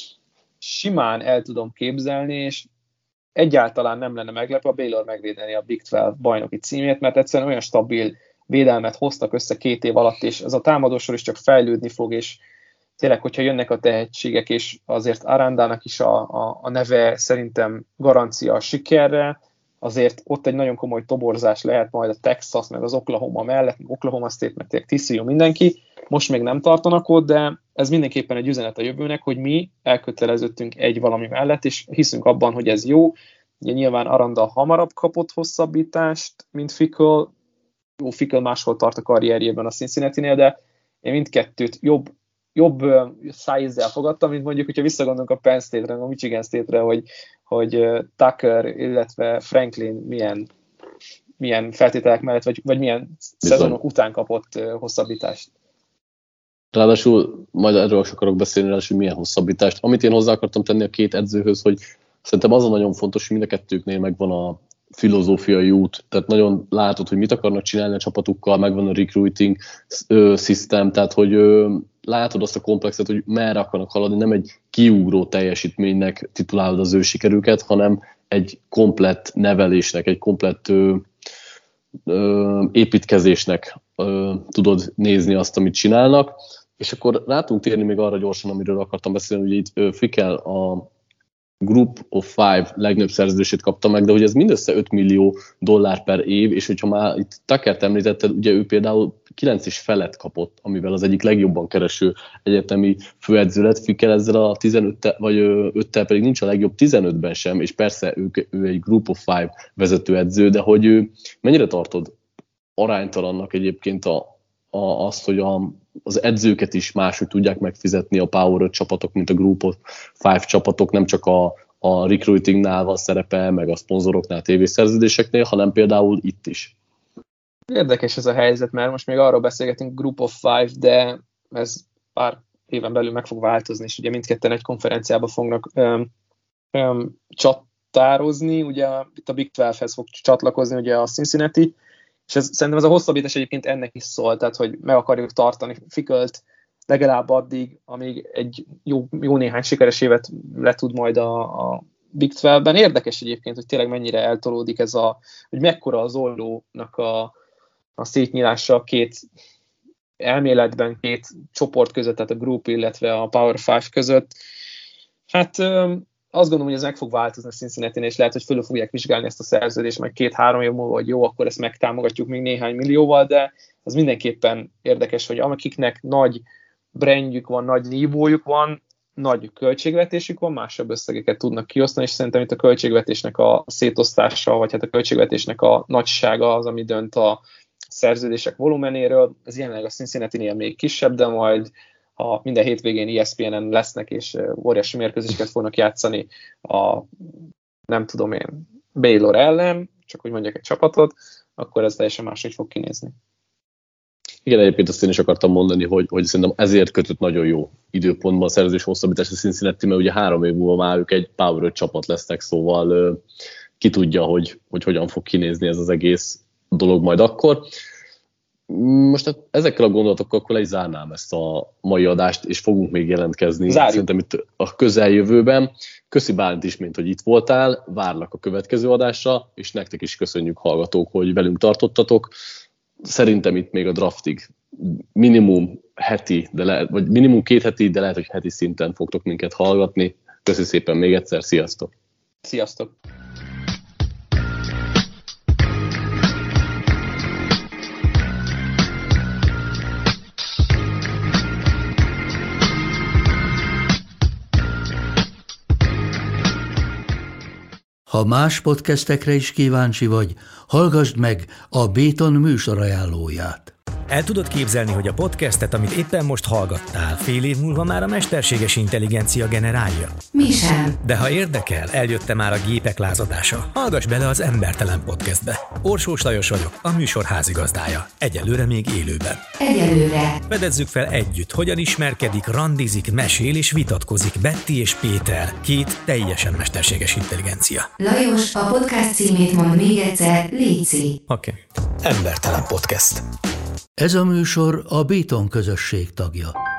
simán el tudom képzelni, és egyáltalán nem lenne meglepő a Baylor megvédeni a Big 12 bajnoki címét, mert egyszerűen olyan stabil védelmet hoztak össze 2 év alatt, és ez a támadósor is csak fejlődni fog, és tényleg, hogyha jönnek a tehetségek, és azért Arandának is a neve szerintem garancia a sikerre, azért ott egy nagyon komoly toborzás lehet majd a Texas, meg az Oklahoma mellett, Oklahoma State, meg TCU mindenki. Most még nem tartanak ott, de ez mindenképpen egy üzenet a jövőnek, hogy mi elköteleződtünk egy valami mellett, és hiszünk abban, hogy ez jó. Ugye nyilván Aranda hamarabb kapott hosszabbítást, mint Fickell. Jó, Fickell máshol tart a karrierjében a Cincinnati-nél, de én mindkettőt jobb size-zel fogadtam, mint mondjuk, hogyha visszagondolunk a Penn State-re, a Michigan State-re, hogy Tucker, illetve Franklin milyen feltételek mellett, vagy milyen szezonok után kapott hosszabbítást. Ráadásul majd erről is akarok beszélni, hogy milyen hosszabbítást. Amit én hozzá akartam tenni a két edzőhöz, hogy szerintem az a nagyon fontos, hogy mind a kettőknél megvan a filozófiai út, tehát nagyon látod, hogy mit akarnak csinálni a csapatukkal, megvan a recruiting system, tehát hogy látod azt a komplexet, hogy merre akarnak haladni, nem egy kiugró teljesítménynek titulálod az ő sikerüket, hanem egy komplett nevelésnek, egy komplett építkezésnek tudod nézni azt, amit csinálnak, és akkor rá tudunk térni még arra gyorsan, amiről akartam beszélni, hogy itt Fickell a Group of Five legnagyobb szerződését kapta meg, de hogy ez mindössze $5 millió per év, és hogyha már itt Tuckert említetted, ugye ő például 9 és felet kapott, amivel az egyik legjobban kereső egyetemi főedző lett. Fickell ezzel a 15 vagy 5-tel pedig nincs a legjobb 15-ben sem, és persze ő egy Group of Five vezetőedző, de hogy ő mennyire tartod aránytalannak egyébként azt, hogy az edzőket is máshogy tudják megfizetni a Power 5 csapatok, mint a Group of Five csapatok, nem csak a recruitingnál van szerepe, meg a szponzoroknál, tévészerződéseknél, hanem például itt is. Érdekes ez a helyzet, mert most még arról beszélgetünk Group of Five, de ez pár éven belül meg fog változni, és ugye mindketten egy konferenciába fognak csatározni, ugye itt a Big 12-hez fog csatlakozni ugye a Cincinnati, és szerintem ez a hosszabbítás egyébként ennek is szól, tehát hogy meg akarjuk tartani Fickellt legalább addig, amíg egy jó néhány sikeres évet le tud majd a Big 12-ben. Érdekes egyébként, hogy tényleg mennyire eltolódik ez hogy mekkora az ollónak a szétnyílása két elméletben, két csoport között, tehát a Group, illetve a Power 5 között. Hát azt gondolom, hogy ez meg fog változni a Cincinnati-nél, és lehet, hogy fölül fogják vizsgálni ezt a szerződést, meg 2-3 év múlva, hogy jó, akkor ezt megtámogatjuk még néhány millióval, de az mindenképpen érdekes, hogy akiknek nagy brandjük van, nagy nívójuk van, nagy költségvetésük van, másabb összegeket tudnak kiosztani, és szerintem itt a költségvetésnek a szétosztása, vagy hát a költségvetésnek a nagysága az, ami dönt a szerződések volumenéről. Ez jelenleg a Cincinnati-nél még kisebb, de majd ha minden hétvégén ESPN-en lesznek, és óriási mérkőzéseket fognak játszani nem tudom én, Baylor ellen, csak hogy mondjak egy csapatot, akkor ez teljesen máshogy fog kinézni. Igen, egyébként azt én is akartam mondani, hogy szerintem ezért kötött nagyon jó időpontban a szerződés hosszabbítás a Cincinnati, mert ugye 3 év múlva már ők egy Power 5 csapat lesznek, szóval ki tudja, hogy hogyan fog kinézni ez az egész dolog majd akkor. Most hát ezekkel a gondolatokkal akkor le is zárnám ezt a mai adást, és fogunk még jelentkezni. Zárjuk. Szerintem itt a közeljövőben. Köszi Bálint ismét, hogy itt voltál, várlak a következő adásra, és nektek is köszönjük, hallgatók, hogy velünk tartottatok. Szerintem itt még a draftig minimum heti, vagy minimum 2 heti, de lehet, hogy heti szinten fogtok minket hallgatni. Köszi szépen még egyszer, sziasztok! Sziasztok! Ha más podcastekre is kíváncsi vagy, hallgassd meg a Béton műsor ajánlóját. El tudod képzelni, hogy a podcastet, amit éppen most hallgattál, fél év múlva már a mesterséges intelligencia generálja? Mi sem. De ha érdekel, eljött már a gépek lázadása. Hallgass bele az Embertelen Podcastbe. Orsós Lajos vagyok, a műsor házigazdája. Egyelőre még élőben. Egyelőre. Fedezzük fel együtt, hogyan ismerkedik, randizik, mesél és vitatkozik Betty és Péter, 2 teljesen mesterséges intelligencia. Lajos, a podcast címét mond még egyszer, léci. Oké. Embertelen Podcast. Ez a műsor a Béton közösség tagja.